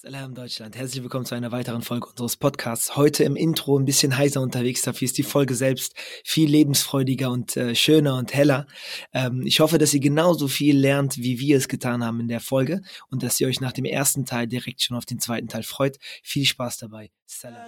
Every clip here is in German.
Salam Deutschland, herzlich willkommen zu einer weiteren Folge unseres Podcasts. Heute im Intro ein bisschen heiser unterwegs, dafür ist die Folge selbst viel lebensfreudiger und schöner und heller. Ich hoffe, dass ihr genauso viel lernt, wie wir es getan haben in der Folge und dass ihr euch nach dem ersten Teil direkt schon auf den zweiten Teil freut. Viel Spaß dabei. Salam.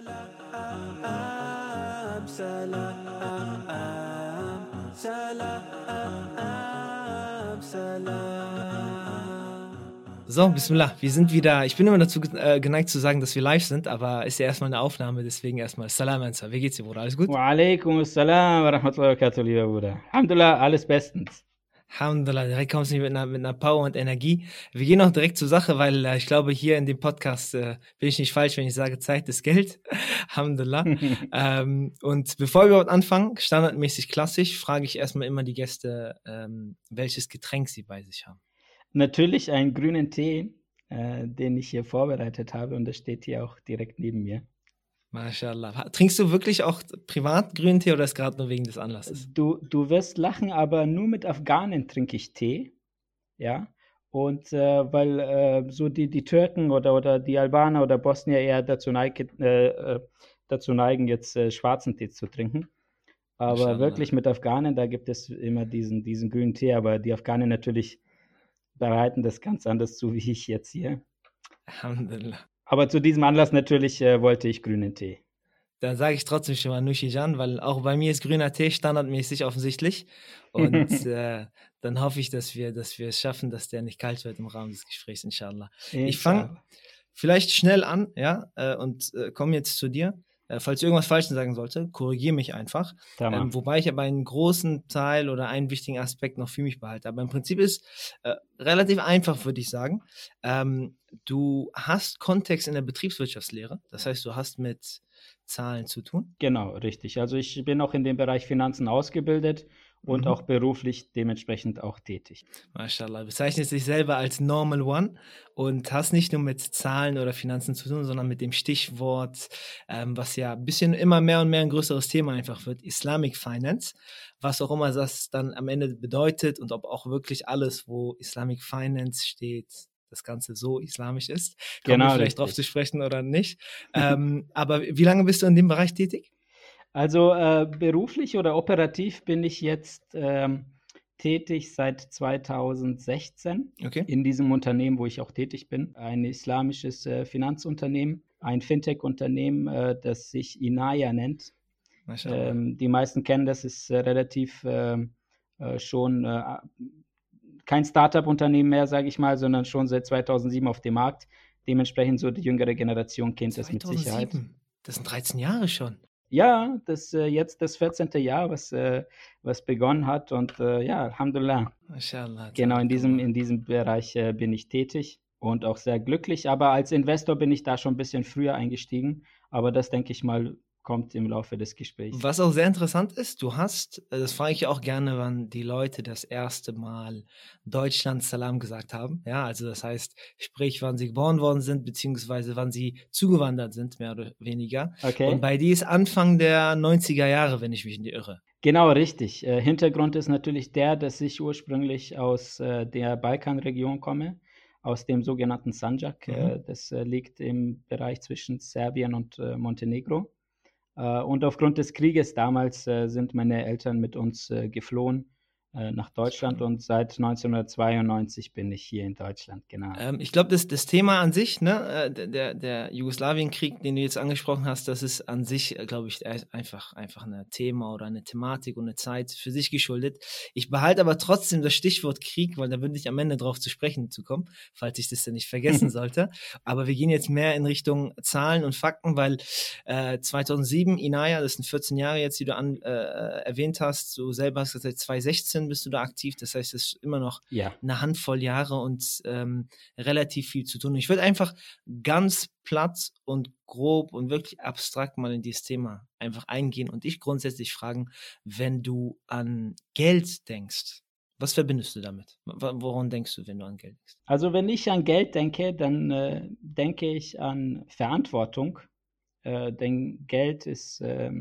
So, Bismillah, wir sind wieder, ich bin immer dazu geneigt zu sagen, dass wir live sind, aber ist ja erstmal eine Aufnahme, deswegen erstmal Salam Ansar. Wie geht's dir, Bruder? Alles gut? Wa alaikum assalam wa rahmatullahi wa barakatuh, lieber Bruder. Alhamdulillah, alles bestens. Alhamdulillah, direkt kommst du mit einer Power und Energie. Wir gehen auch direkt zur Sache, weil ich glaube, hier in dem Podcast bin ich nicht falsch, wenn ich sage, Zeit ist Geld. Alhamdulillah. Und bevor wir überhaupt anfangen, standardmäßig klassisch, frage ich erstmal immer die Gäste, welches Getränk sie bei sich haben. Natürlich einen grünen Tee, den ich hier vorbereitet habe, und das steht hier auch direkt neben mir. MashaAllah. Trinkst du wirklich auch privat grünen Tee oder ist gerade nur wegen des Anlasses? Du wirst lachen, aber nur mit Afghanen trinke ich Tee, ja. Und weil so die Türken oder die Albaner oder Bosnier eher dazu neigen, jetzt schwarzen Tee zu trinken. Aber MashaAllah. wirklich mit Afghanen, da gibt es immer diesen grünen Tee, aber die Afghanen natürlich bereiten das ganz anders zu, wie ich jetzt hier. Alhamdulillah. Aber zu diesem Anlass natürlich wollte ich grünen Tee. Dann sage ich trotzdem schon mal Nushijan, weil auch bei mir ist grüner Tee standardmäßig offensichtlich. Und dann hoffe ich, dass wir es schaffen, dass der nicht kalt wird im Rahmen des Gesprächs, inshallah. Ich fange vielleicht schnell an, ja, und komme jetzt zu dir. Falls ich irgendwas Falsches sagen sollte, korrigiere mich einfach. Wobei ich aber einen großen Teil oder einen wichtigen Aspekt noch für mich behalte. Aber im Prinzip ist relativ einfach, würde ich sagen. Du hast Kontext in der Betriebswirtschaftslehre. Das heißt, du hast mit Zahlen zu tun? Genau, richtig. Also ich bin auch in dem Bereich Finanzen ausgebildet und auch beruflich dementsprechend auch tätig. MashaAllah, bezeichnest dich selber als Normal One und hast nicht nur mit Zahlen oder Finanzen zu tun, sondern mit dem Stichwort, was ja ein bisschen immer mehr und mehr ein größeres Thema einfach wird, Islamic Finance, was auch immer das dann am Ende bedeutet und ob auch wirklich alles, wo Islamic Finance steht, das Ganze so islamisch ist. Kommen wir vielleicht drauf zu sprechen oder nicht. Aber wie lange bist du in dem Bereich tätig? Also beruflich oder operativ bin ich jetzt tätig seit 2016 in diesem Unternehmen, wo ich auch tätig bin. Ein islamisches Finanzunternehmen, ein Fintech-Unternehmen, das sich Inaya nennt. Die meisten kennen das, ist relativ schon kein Startup-Unternehmen mehr, sage ich mal, sondern schon seit 2007 auf dem Markt. Dementsprechend so die jüngere Generation kennt 2007. Das mit Sicherheit. Das sind 13 Jahre schon. Ja, das jetzt das 14. Jahr, was begonnen hat, und ja, Alhamdulillah. MashaAllah. Genau, in diesem Bereich bin ich tätig und auch sehr glücklich, aber als Investor bin ich da schon ein bisschen früher eingestiegen, aber das, denke ich mal, kommt im Laufe des Gesprächs. Was auch sehr interessant ist, du hast, das frage ich auch gerne, wann die Leute das erste Mal Deutschland Salam gesagt haben. Ja, also das heißt, sprich, wann sie geboren worden sind, beziehungsweise wann sie zugewandert sind, mehr oder weniger. Okay. Und bei dir ist Anfang der 90er Jahre, wenn ich mich nicht irre. Genau, richtig. Hintergrund ist natürlich der, dass ich ursprünglich aus der Balkanregion komme, aus dem sogenannten Sandžak. Das liegt im Bereich zwischen Serbien und Montenegro. Und aufgrund des Krieges damals sind meine Eltern mit uns geflohen nach Deutschland, und seit 1992 bin ich hier in Deutschland, genau. Ich glaube, das Thema an sich, ne, der Jugoslawienkrieg, den du jetzt angesprochen hast, das ist an sich, glaube ich, einfach ein Thema oder eine Thematik und eine Zeit für sich geschuldet. Ich behalte aber trotzdem das Stichwort Krieg, weil da würde ich am Ende drauf zu sprechen zu kommen, falls ich das dann nicht vergessen sollte. Aber wir gehen jetzt mehr in Richtung Zahlen und Fakten, weil 2007 Inaya, das sind 14 Jahre jetzt, die du erwähnt hast, du selber hast gesagt, seit 2016 bist du da aktiv, das heißt, es ist immer noch eine Handvoll Jahre und relativ viel zu tun. Und ich würde einfach ganz platt und grob und wirklich abstrakt mal in dieses Thema einfach eingehen und dich grundsätzlich fragen, wenn du an Geld denkst, was verbindest du damit? Woran denkst du, wenn du an Geld denkst? Also wenn ich an Geld denke, dann denke ich an Verantwortung, denn Geld ist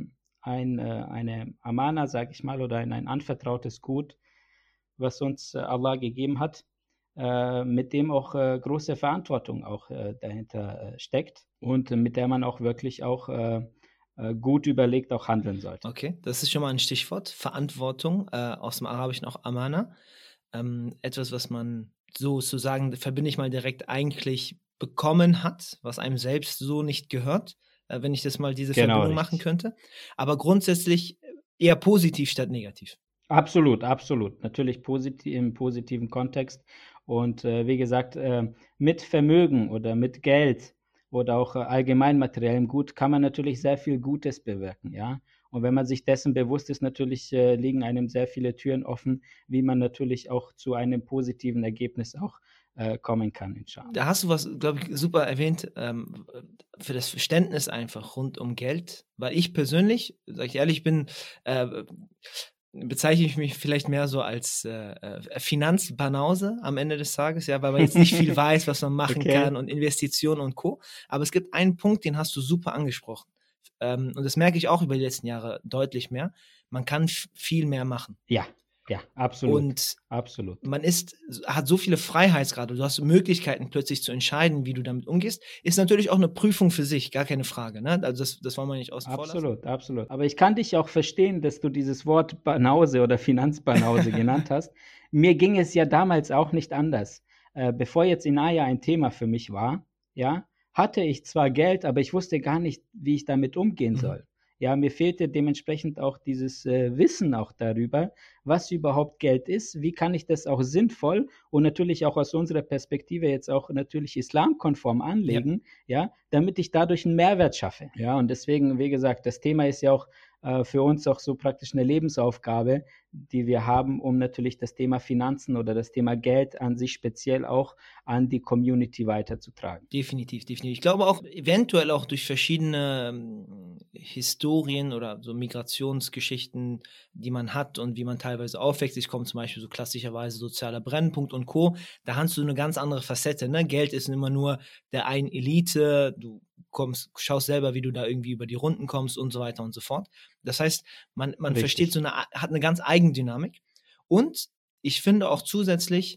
eine Amana, sage ich mal, oder ein anvertrautes Gut, was uns Allah gegeben hat. mit dem auch große Verantwortung auch dahinter steckt und mit der man auch wirklich auch gut überlegt auch handeln sollte. Okay, das ist schon mal ein Stichwort. Verantwortung, aus dem Arabischen auch Amana. Etwas, was man sozusagen, verbinde ich mal direkt, eigentlich bekommen hat, was einem selbst so nicht gehört, wenn ich das mal diese Verbindung machen könnte. Aber grundsätzlich eher positiv statt negativ. Absolut, absolut. Natürlich im positiven Kontext. Und wie gesagt, mit Vermögen oder mit Geld oder auch allgemein materiellem Gut kann man natürlich sehr viel Gutes bewirken, ja. Und wenn man sich dessen bewusst ist, natürlich liegen einem sehr viele Türen offen, wie man natürlich auch zu einem positiven Ergebnis auch kommen kann, inshallah. Da hast du was, glaube ich, super erwähnt, für das Verständnis einfach rund um Geld. Weil ich persönlich, sage ich ehrlich, bezeichne ich mich vielleicht mehr so als Finanzbanause am Ende des Tages, ja, weil man jetzt nicht viel weiß, was man machen kann und Investitionen und Co. Aber es gibt einen Punkt, den hast du super angesprochen. Und das merke ich auch über die letzten Jahre deutlich mehr. Man kann viel mehr machen. Ja, absolut. Und absolut. Man hat so viele Freiheitsgrade, du hast Möglichkeiten plötzlich zu entscheiden, wie du damit umgehst. Ist natürlich auch eine Prüfung für sich, gar keine Frage. Ne? Also das wollen wir nicht außen vor lassen. Absolut, absolut. Aber ich kann dich auch verstehen, dass du dieses Wort Banause oder Finanzbanause genannt hast. Mir ging es ja damals auch nicht anders. Bevor jetzt Inaya ein Thema für mich war, ja, hatte ich zwar Geld, aber ich wusste gar nicht, wie ich damit umgehen soll. Ja, mir fehlte dementsprechend auch dieses Wissen auch darüber, was überhaupt Geld ist, wie kann ich das auch sinnvoll und natürlich auch aus unserer Perspektive jetzt auch natürlich islamkonform anlegen, ja, damit ich dadurch einen Mehrwert schaffe. Ja, und deswegen, wie gesagt, das Thema ist ja auch für uns auch so praktisch eine Lebensaufgabe, die wir haben, um natürlich das Thema Finanzen oder das Thema Geld an sich speziell auch an die Community weiterzutragen. Definitiv, definitiv. Ich glaube auch, eventuell auch durch verschiedene Historien oder so Migrationsgeschichten, die man hat und wie man teilweise aufwächst. Ich komme zum Beispiel so klassischerweise sozialer Brennpunkt und Co. Da hast du eine ganz andere Facette. Ne? Geld ist immer nur der einen Elite, du schaust selber, wie du da irgendwie über die Runden kommst und so weiter und so fort. Das heißt, man versteht hat eine ganz Eigendynamik. Und ich finde auch zusätzlich,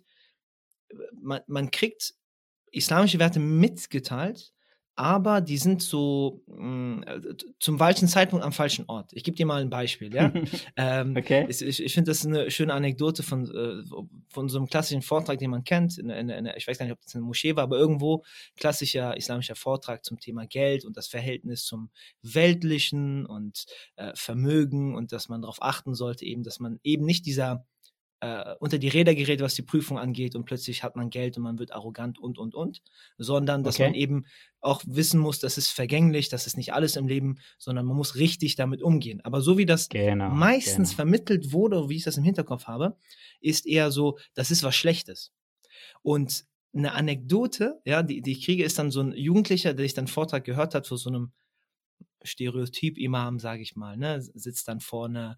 man kriegt islamische Werte mitgeteilt, aber die sind so zum falschen Zeitpunkt am falschen Ort. Ich gebe dir mal ein Beispiel. Ja? Okay. Ich finde, das ist eine schöne Anekdote von so einem klassischen Vortrag, den man kennt. Ich weiß gar nicht, ob das eine Moschee war, aber irgendwo klassischer islamischer Vortrag zum Thema Geld und das Verhältnis zum Weltlichen und Vermögen und dass man darauf achten sollte, eben, dass man eben nicht dieser unter die Räder gerät, was die Prüfung angeht und plötzlich hat man Geld und man wird arrogant und, sondern dass man eben auch wissen muss, das ist vergänglich, das ist nicht alles im Leben, sondern man muss richtig damit umgehen. Aber so wie das meistens vermittelt wurde, wie ich das im Hinterkopf habe, ist eher so, das ist was Schlechtes. Und eine Anekdote, ja, die ich kriege, ist dann so ein Jugendlicher, der sich dann einen Vortrag gehört hat vor so einem Stereotyp-Imam, sage ich mal, ne, sitzt dann vorne,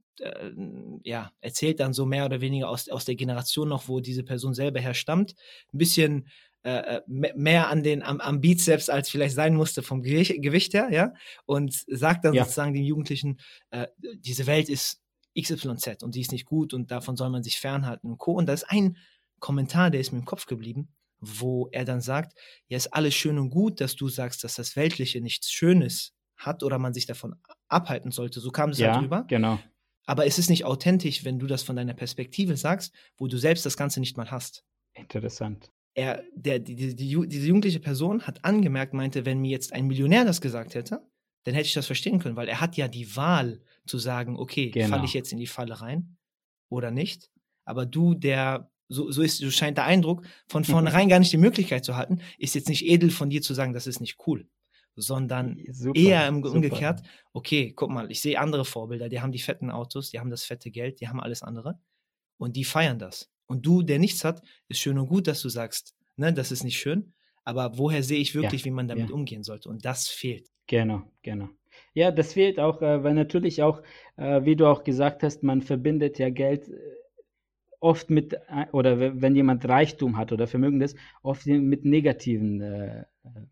erzählt dann so mehr oder weniger aus der Generation noch, wo diese Person selber herstammt, ein bisschen mehr am Bizeps, als vielleicht sein musste vom Gewicht her, ja, und sagt dann sozusagen den Jugendlichen, diese Welt ist XYZ und die ist nicht gut und davon soll man sich fernhalten und Co. Und da ist ein Kommentar, der ist mir im Kopf geblieben, wo er dann sagt, ja, ist alles schön und gut, dass du sagst, dass das Weltliche nichts Schönes hat oder man sich davon abhalten sollte. So kam es halt rüber. Genau. Aber es ist nicht authentisch, wenn du das von deiner Perspektive sagst, wo du selbst das Ganze nicht mal hast. Interessant. Diese jugendliche Person hat angemerkt, meinte, wenn mir jetzt ein Millionär das gesagt hätte, dann hätte ich das verstehen können, weil er hat ja die Wahl zu sagen, okay, falle ich jetzt in die Falle rein oder nicht. Aber du, so scheint der Eindruck, von vornherein gar nicht die Möglichkeit zu halten, ist jetzt nicht edel von dir zu sagen, das ist nicht cool. Sondern eher umgekehrt, okay, guck mal, ich sehe andere Vorbilder, die haben die fetten Autos, die haben das fette Geld, die haben alles andere und die feiern das. Und du, der nichts hat, ist schön und gut, dass du sagst, ne, das ist nicht schön, aber woher sehe ich wirklich, wie man damit umgehen sollte? Und das fehlt. Genau. Ja, das fehlt auch, weil natürlich auch, wie du auch gesagt hast, man verbindet ja Geld oft mit, oder wenn jemand Reichtum hat oder Vermögen ist, oft mit negativen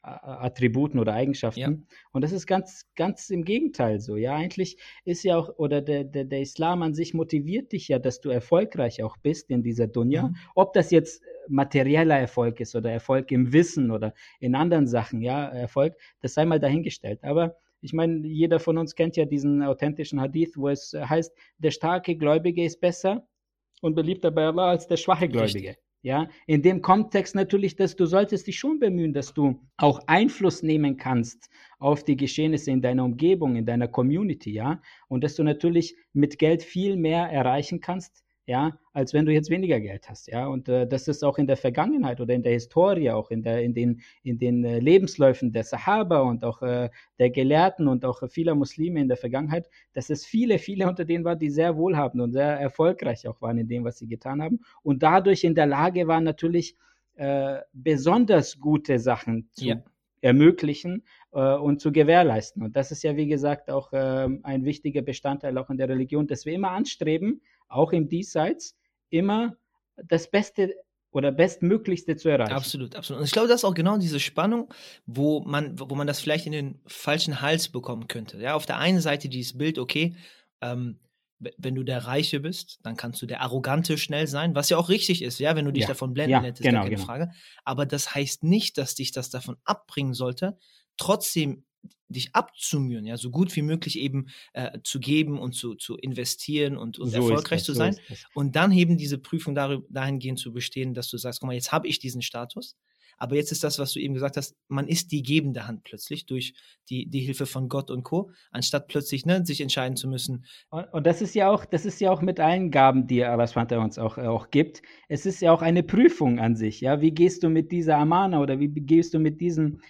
Attributen oder Eigenschaften. Ja. Und das ist ganz, ganz im Gegenteil so. Ja, eigentlich ist ja auch, oder der Islam an sich motiviert dich ja, dass du erfolgreich auch bist in dieser Dunya. Ob das jetzt materieller Erfolg ist oder Erfolg im Wissen oder in anderen Sachen, ja, Erfolg, das sei mal dahingestellt. Aber ich meine, jeder von uns kennt ja diesen authentischen Hadith, wo es heißt, der starke Gläubige ist besser und beliebter bei Allah als der schwache Gläubige. Richtig. Ja, in dem Kontext natürlich, dass du solltest dich schon bemühen, dass du auch Einfluss nehmen kannst auf die Geschehnisse in deiner Umgebung, in deiner Community, ja, und dass du natürlich mit Geld viel mehr erreichen kannst, ja, als wenn du jetzt weniger Geld hast, ja, und das ist auch in der Vergangenheit oder in der Historie, auch in den Lebensläufen der Sahaba und auch der Gelehrten und auch vieler Muslime in der Vergangenheit, dass es viele unter denen war, die sehr wohlhabend und sehr erfolgreich auch waren in dem, was sie getan haben und dadurch in der Lage waren, natürlich besonders gute Sachen zu ermöglichen und zu gewährleisten. Und das ist ja, wie gesagt, auch ein wichtiger Bestandteil auch in der Religion, dass wir immer anstreben, auch im Diesseits, immer das Beste oder Bestmöglichste zu erreichen. Absolut, absolut. Und ich glaube, das ist auch genau diese Spannung, wo man das vielleicht in den falschen Hals bekommen könnte. Ja, auf der einen Seite dieses Bild, okay, wenn du der Reiche bist, dann kannst du der Arrogante schnell sein, was ja auch richtig ist, ja, wenn du dich davon blenden lässt, ist gar keine Frage. Aber das heißt nicht, dass dich das davon abbringen sollte, trotzdem dich abzumühen, ja, so gut wie möglich eben zu geben und zu investieren und so erfolgreich zu sein. Und dann eben diese Prüfung dahingehend zu bestehen, dass du sagst, guck mal, jetzt habe ich diesen Status, aber jetzt ist das, was du eben gesagt hast, man ist die gebende Hand plötzlich durch die Hilfe von Gott und Co., anstatt plötzlich sich entscheiden zu müssen. Und das ist ja auch mit allen Gaben, die Allah uns auch gibt. Es ist ja auch eine Prüfung an sich. Ja, wie gehst du mit dieser Amana oder wie gehst du mit diesem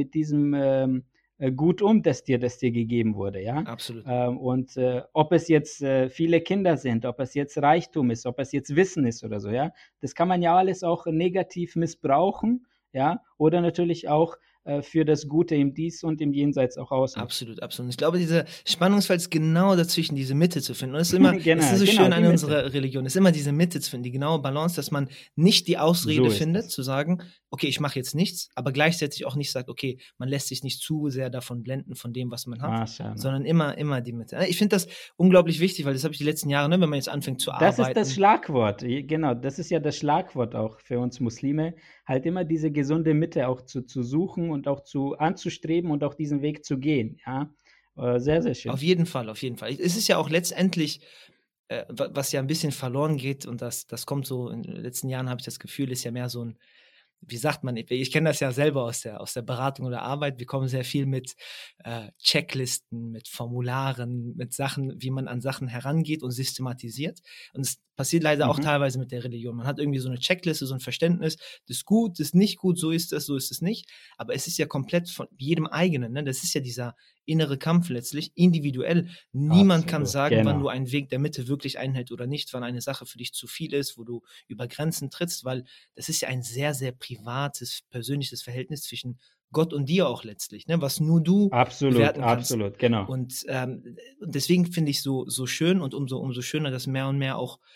gut das dir gegeben wurde, ja? Absolut. Ob es jetzt viele Kinder sind, ob es jetzt Reichtum ist, ob es jetzt Wissen ist oder so, ja, das kann man ja alles auch negativ missbrauchen, ja, oder natürlich auch für das Gute im Dies und im Jenseits auch aus. Absolut, absolut. Ich glaube, dieser Spannungsfeld ist genau dazwischen, diese Mitte zu finden. Und es ist immer, es ist so schön an unserer Religion, es ist immer diese Mitte zu finden, die genaue Balance, dass man nicht die Ausrede findet, zu sagen, okay, ich mache jetzt nichts, aber gleichzeitig auch nicht sagt, okay, man lässt sich nicht zu sehr davon blenden, von dem, was man hat, sondern immer die Mitte. Ich finde das unglaublich wichtig, weil das habe ich die letzten Jahre, wenn man jetzt anfängt zu arbeiten. Das ist das Schlagwort, genau, das ist ja das Schlagwort auch für uns Muslime, halt immer diese gesunde Mitte auch zu suchen und auch anzustreben und auch diesen Weg zu gehen, ja. Sehr, sehr schön. Auf jeden Fall, auf jeden Fall. Es ist ja auch letztendlich, was ja ein bisschen verloren geht und das kommt so, in den letzten Jahren habe ich das Gefühl, ist ja mehr so ein, wie sagt man, ich kenne das ja selber aus der Beratung oder Arbeit, wir kommen sehr viel mit Checklisten, mit Formularen, mit Sachen, wie man an Sachen herangeht und systematisiert. Und es passiert leider auch teilweise mit der Religion. Man hat irgendwie so eine Checkliste, so ein Verständnis, das ist gut, das ist nicht gut, so ist es nicht. Aber es ist ja komplett von jedem eigenen, ne? Das ist ja dieser innere Kampf letztlich, individuell. Niemand kann sagen, wann du einen Weg der Mitte wirklich einhältst oder nicht, wann eine Sache für dich zu viel ist, wo du über Grenzen trittst, weil das ist ja ein sehr, sehr privates, persönliches Verhältnis zwischen Gott und dir auch letztlich, ne? Was nur du bewerten kannst. Absolut, genau. Und deswegen finde ich so schön und umso schöner, dass mehr und mehr auch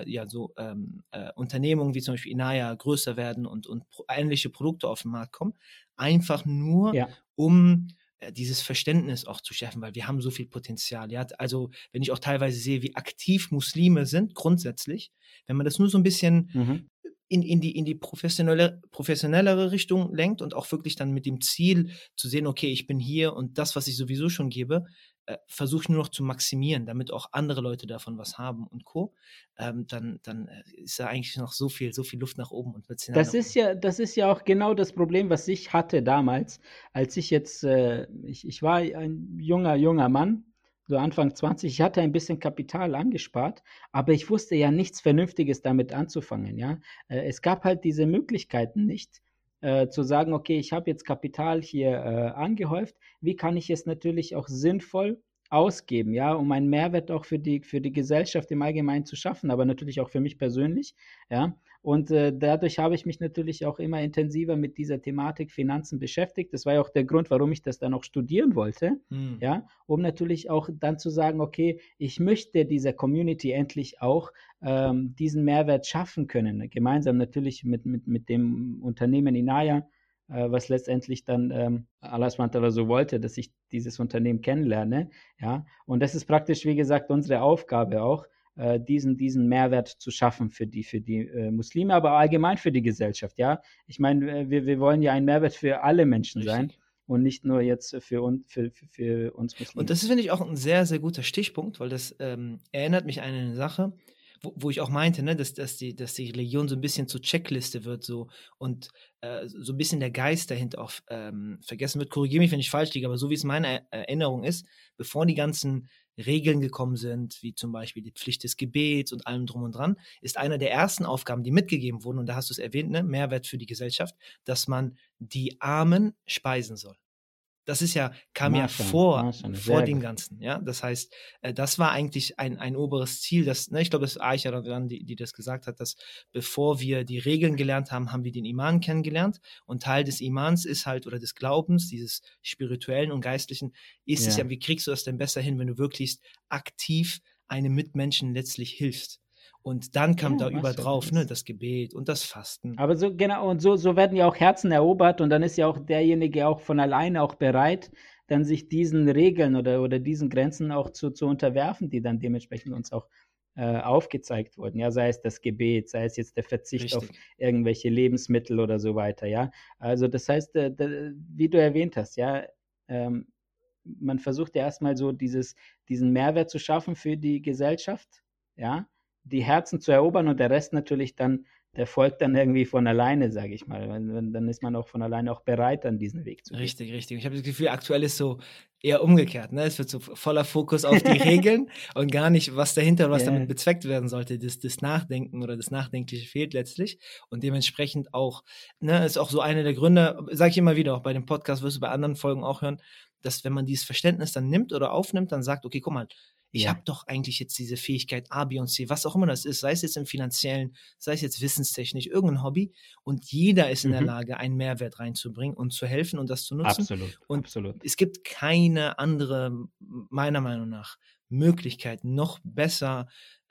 Unternehmungen wie zum Beispiel Inaya größer werden und ähnliche Produkte auf den Markt kommen, einfach nur um dieses Verständnis auch zu schärfen, weil wir haben so viel Potenzial. Ja? Also wenn ich auch teilweise sehe, wie aktiv Muslime sind, grundsätzlich, wenn man das nur so ein bisschen in die professionellere Richtung lenkt und auch wirklich dann mit dem Ziel zu sehen, okay, ich bin hier und das, was ich sowieso schon gebe, versuche ich nur noch zu maximieren, damit auch andere Leute davon was haben und Co., dann ist da eigentlich noch so viel Luft nach oben. Und das ist ja auch genau das Problem, was ich hatte damals, als ich jetzt, ich war ein junger Mann, so Anfang 20, ich hatte ein bisschen Kapital angespart, aber ich wusste ja nichts Vernünftiges damit anzufangen, ja. Es gab halt diese Möglichkeiten nicht, zu sagen, okay, ich habe jetzt Kapital hier angehäuft, wie kann ich es natürlich auch sinnvoll ausgeben, ja, um einen Mehrwert auch für die Gesellschaft im Allgemeinen zu schaffen, aber natürlich auch für mich persönlich, ja. Und dadurch habe ich mich natürlich auch immer intensiver mit dieser Thematik Finanzen beschäftigt. Das war ja auch der Grund, warum ich das dann auch studieren wollte, ja, um natürlich auch dann zu sagen, okay, ich möchte dieser Community endlich auch diesen Mehrwert schaffen können, gemeinsam natürlich mit dem Unternehmen Inaya, was letztendlich dann Allah SWT so wollte, dass ich dieses Unternehmen kennenlerne. Ja? Und das ist praktisch, wie gesagt, unsere Aufgabe auch, diesen Mehrwert zu schaffen für die Muslime, aber allgemein für die Gesellschaft. Ja? Ich meine, wir wollen ja ein Mehrwert für alle Menschen sein und nicht nur jetzt für uns Muslime. Und das ist, finde ich, auch ein sehr, sehr guter Stichpunkt, weil das erinnert mich an eine Sache, wo ich auch meinte, ne, dass die Religion so ein bisschen zur Checkliste wird so und so ein bisschen der Geist dahinter auch vergessen wird. Korrigiere mich, wenn ich falsch liege, aber so wie es meine Erinnerung ist, bevor die ganzen Regeln gekommen sind, wie zum Beispiel die Pflicht des Gebets und allem drum und dran, ist einer der ersten Aufgaben, die mitgegeben wurden, und da hast du es erwähnt, ne, Mehrwert für die Gesellschaft, dass man die Armen speisen soll. Das ist ja, kam ja vor dem Ganzen, ja. Das heißt, das war eigentlich ein oberes Ziel, das, ne, ich glaube, das ist Aisha daran, die das gesagt hat, dass bevor wir die Regeln gelernt haben, haben wir den Iman kennengelernt. Und Teil des Imans ist halt, oder des Glaubens, dieses spirituellen und geistlichen, ist es ja, wie kriegst du das denn besser hin, wenn du wirklich aktiv einem Mitmenschen letztlich hilfst? Und dann kam da über drauf, ne, das Gebet und das Fasten. Aber so, genau, und so werden ja auch Herzen erobert, und dann ist ja auch derjenige auch von alleine auch bereit, dann sich diesen Regeln oder diesen Grenzen auch zu unterwerfen, die dann dementsprechend uns auch aufgezeigt wurden. Ja, sei es das Gebet, sei es jetzt der Verzicht auf irgendwelche Lebensmittel oder so weiter, ja. Also das heißt, wie du erwähnt hast, ja, man versucht ja erstmal so diesen Mehrwert zu schaffen für die Gesellschaft, ja, die Herzen zu erobern, und der Rest natürlich dann, der folgt dann irgendwie von alleine, sage ich mal. Dann ist man auch von alleine auch bereit, dann diesen Weg zu gehen. Richtig. Ich habe das Gefühl, aktuell ist so eher umgekehrt. Ne? Es wird so voller Fokus auf die Regeln und gar nicht, was dahinter und was damit bezweckt werden sollte. Das Nachdenken oder das Nachdenkliche fehlt letztlich. Und dementsprechend auch, ne, ist auch so einer der Gründe, sage ich immer wieder, auch bei dem Podcast, wirst du bei anderen Folgen auch hören, dass wenn man dieses Verständnis dann nimmt oder aufnimmt, dann sagt, okay, guck mal, ich habe doch eigentlich jetzt diese Fähigkeit A, B und C, was auch immer das ist, sei es jetzt im Finanziellen, sei es jetzt wissenstechnisch, irgendein Hobby, und jeder ist in der Lage, einen Mehrwert reinzubringen und zu helfen und das zu nutzen. Absolut. Es gibt keine andere, meiner Meinung nach, Möglichkeit, noch besser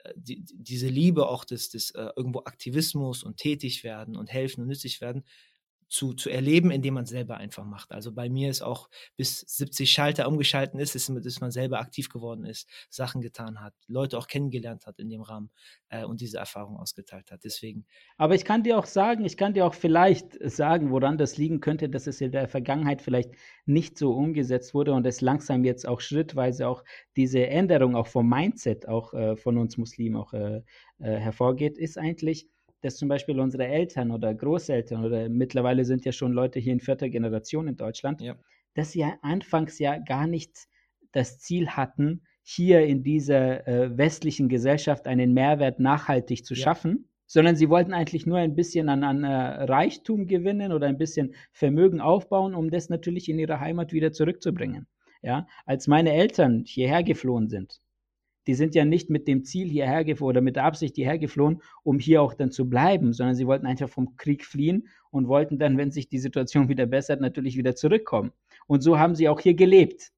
diese Liebe auch des irgendwo Aktivismus und tätig werden und helfen und nützlich werden, zu erleben, indem man es selber einfach macht. Also bei mir ist auch, bis 70 Schalter umgeschalten ist, dass man selber aktiv geworden ist, Sachen getan hat, Leute auch kennengelernt hat in dem Rahmen und diese Erfahrung ausgeteilt hat. Deswegen. Aber ich kann dir auch vielleicht sagen, woran das liegen könnte, dass es in der Vergangenheit vielleicht nicht so umgesetzt wurde und es langsam jetzt auch schrittweise auch diese Änderung auch vom Mindset auch von uns Muslimen auch hervorgeht, ist eigentlich, dass zum Beispiel unsere Eltern oder Großeltern, oder mittlerweile sind ja schon Leute hier in 4. Generation in Deutschland, dass sie ja anfangs ja gar nicht das Ziel hatten, hier in dieser westlichen Gesellschaft einen Mehrwert nachhaltig zu schaffen, sondern sie wollten eigentlich nur ein bisschen an Reichtum gewinnen oder ein bisschen Vermögen aufbauen, um das natürlich in ihre Heimat wieder zurückzubringen. Ja? Als meine Eltern hierher geflohen sind, die sind ja nicht mit dem Ziel hierher geflohen oder mit der Absicht hierher geflohen, um hier auch dann zu bleiben, sondern sie wollten einfach vom Krieg fliehen und wollten dann, wenn sich die Situation wieder bessert, natürlich wieder zurückkommen. Und so haben sie auch hier gelebt.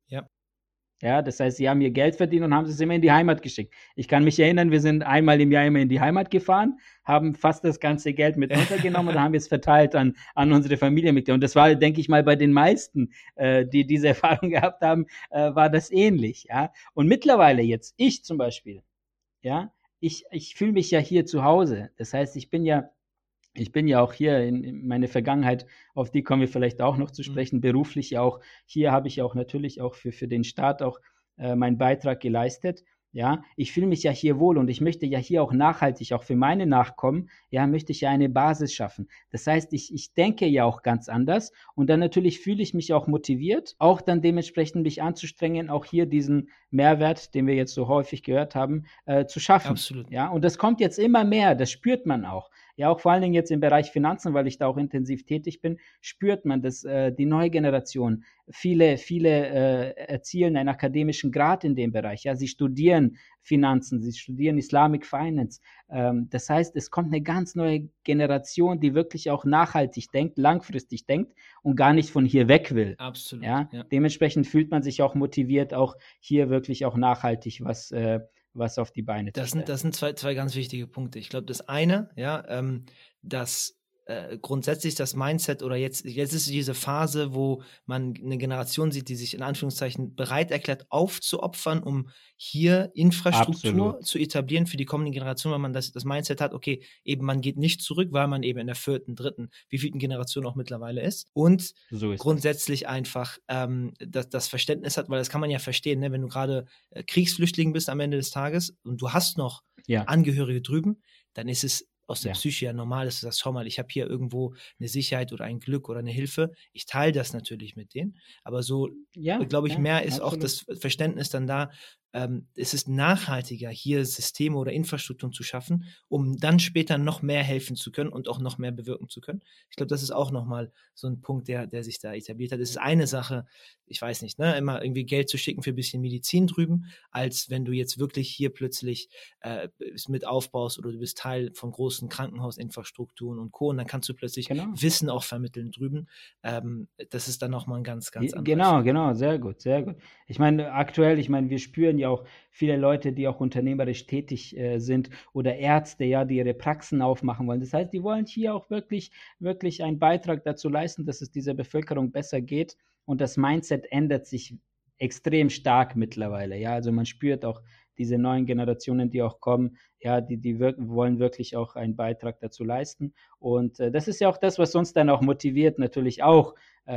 Ja, das heißt, sie haben ihr Geld verdient und haben es immer in die Heimat geschickt. Ich kann mich erinnern, wir sind einmal im Jahr immer in die Heimat gefahren, haben fast das ganze Geld mit runtergenommen und haben es verteilt an unsere Familienmitglieder. Und das war, denke ich mal, bei den meisten, die diese Erfahrung gehabt haben, war das ähnlich. Ja? Und mittlerweile jetzt, ich zum Beispiel, ja, ich fühle mich ja hier zu Hause. Das heißt, ich bin ja auch hier in meine Vergangenheit, auf die kommen wir vielleicht auch noch zu sprechen, beruflich ja auch. Hier habe ich auch natürlich auch für den Staat auch meinen Beitrag geleistet. Ja, ich fühle mich ja hier wohl und ich möchte ja hier auch nachhaltig, auch für meine Nachkommen, ja, möchte ich ja eine Basis schaffen. Das heißt, ich denke ja auch ganz anders und dann natürlich fühle ich mich auch motiviert, auch dann dementsprechend mich anzustrengen, auch hier diesen Mehrwert, den wir jetzt so häufig gehört haben, zu schaffen. Absolut. Ja, und das kommt jetzt immer mehr, das spürt man auch. Ja, auch vor allen Dingen jetzt im Bereich Finanzen, weil ich da auch intensiv tätig bin, spürt man, dass die neue Generation, viele erzielen einen akademischen Grad in dem Bereich. Ja, sie studieren Finanzen, sie studieren Islamic Finance. Das heißt, es kommt eine ganz neue Generation, die wirklich auch nachhaltig denkt, langfristig denkt und gar nicht von hier weg will. Absolut. Ja? Dementsprechend fühlt man sich auch motiviert, auch hier wirklich auch nachhaltig was auf die Beine zu stellen. Das sind zwei ganz wichtige Punkte. Ich glaube, das eine, dass grundsätzlich das Mindset oder jetzt ist diese Phase, wo man eine Generation sieht, die sich in Anführungszeichen bereit erklärt, aufzuopfern, um hier Infrastruktur zu etablieren für die kommende Generation, weil man das Mindset hat, okay, eben man geht nicht zurück, weil man eben in der 4., 3., wievielten Generation auch mittlerweile ist und grundsätzlich einfach das Verständnis hat, weil das kann man ja verstehen, ne? Wenn du gerade Kriegsflüchtling bist am Ende des Tages und du hast noch Angehörige drüben, dann ist es aus der Psyche ja normal, dass du sagst, schau mal, ich habe hier irgendwo eine Sicherheit oder ein Glück oder eine Hilfe. Ich teile das natürlich mit denen, aber so, glaube ich, mehr ist absolut auch das Verständnis dann da, es ist nachhaltiger, hier Systeme oder Infrastrukturen zu schaffen, um dann später noch mehr helfen zu können und auch noch mehr bewirken zu können. Ich glaube, das ist auch nochmal so ein Punkt, der sich da etabliert hat. Es ist eine Sache, ich weiß nicht, ne, immer irgendwie Geld zu schicken für ein bisschen Medizin drüben, als wenn du jetzt wirklich hier plötzlich mit aufbaust oder du bist Teil von großen Krankenhausinfrastrukturen und Co. Und dann kannst du plötzlich Wissen auch vermitteln drüben. Das ist dann nochmal ein ganz anderes. Genau, sehr gut, sehr gut. Ich meine, aktuell, wir spüren ja auch viele Leute, die auch unternehmerisch tätig sind oder Ärzte, die ihre Praxen aufmachen wollen. Das heißt, die wollen hier auch wirklich einen Beitrag dazu leisten, dass es dieser Bevölkerung besser geht und das Mindset ändert sich extrem stark mittlerweile. Ja, also man spürt auch diese neuen Generationen, die auch kommen, die wollen wirklich auch einen Beitrag dazu leisten. Und das ist ja auch das, was uns dann auch motiviert, natürlich auch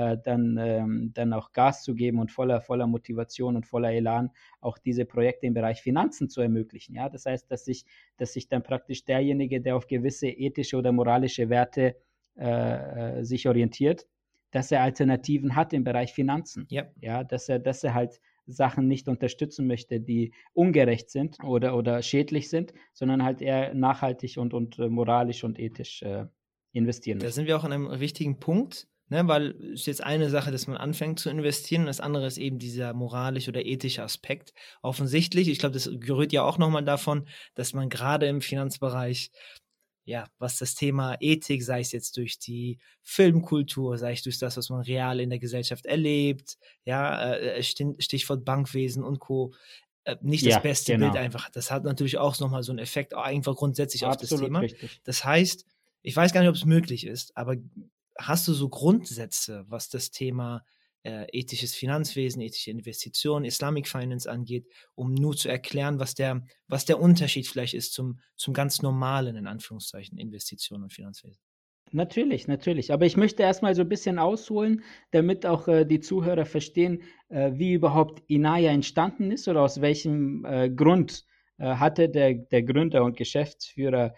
dann auch Gas zu geben und voller Motivation und voller Elan auch diese Projekte im Bereich Finanzen zu ermöglichen. Ja, das heißt, dass sich dann praktisch derjenige, der auf gewisse ethische oder moralische Werte sich orientiert, dass er Alternativen hat im Bereich Finanzen. Ja, dass er halt Sachen nicht unterstützen möchte, die ungerecht sind oder schädlich sind, sondern halt eher nachhaltig und moralisch und ethisch investieren möchte. Da sind wir auch an einem wichtigen Punkt, ne, weil es ist jetzt eine Sache, dass man anfängt zu investieren und das andere ist eben dieser moralische oder ethische Aspekt. Offensichtlich, ich glaube, das gerührt ja auch nochmal davon, dass man gerade im Finanzbereich was das Thema Ethik, sei es jetzt durch die Filmkultur, sei es durch das, was man real in der Gesellschaft erlebt, Stichwort Bankwesen und Co., nicht das beste Bild einfach. Das hat natürlich auch nochmal so einen Effekt, einfach grundsätzlich auf das Thema. Richtig. Das heißt, ich weiß gar nicht, ob es möglich ist, aber hast du so Grundsätze, was das Thema ethisches Finanzwesen, ethische Investitionen, Islamic Finance angeht, um nur zu erklären, was der Unterschied vielleicht ist zum ganz normalen, in Anführungszeichen, Investitionen und Finanzwesen? Natürlich. Aber ich möchte erstmal so ein bisschen ausholen, damit auch die Zuhörer verstehen, wie überhaupt Inaya entstanden ist oder aus welchem Grund hatte der Gründer und Geschäftsführer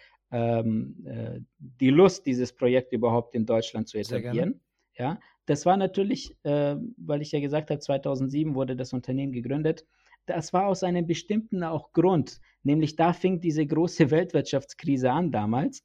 die Lust, dieses Projekt überhaupt in Deutschland zu etablieren. Ja, das war natürlich, weil ich ja gesagt habe, 2007 wurde das Unternehmen gegründet. Das war aus einem bestimmten auch Grund, nämlich da fing diese große Weltwirtschaftskrise an damals.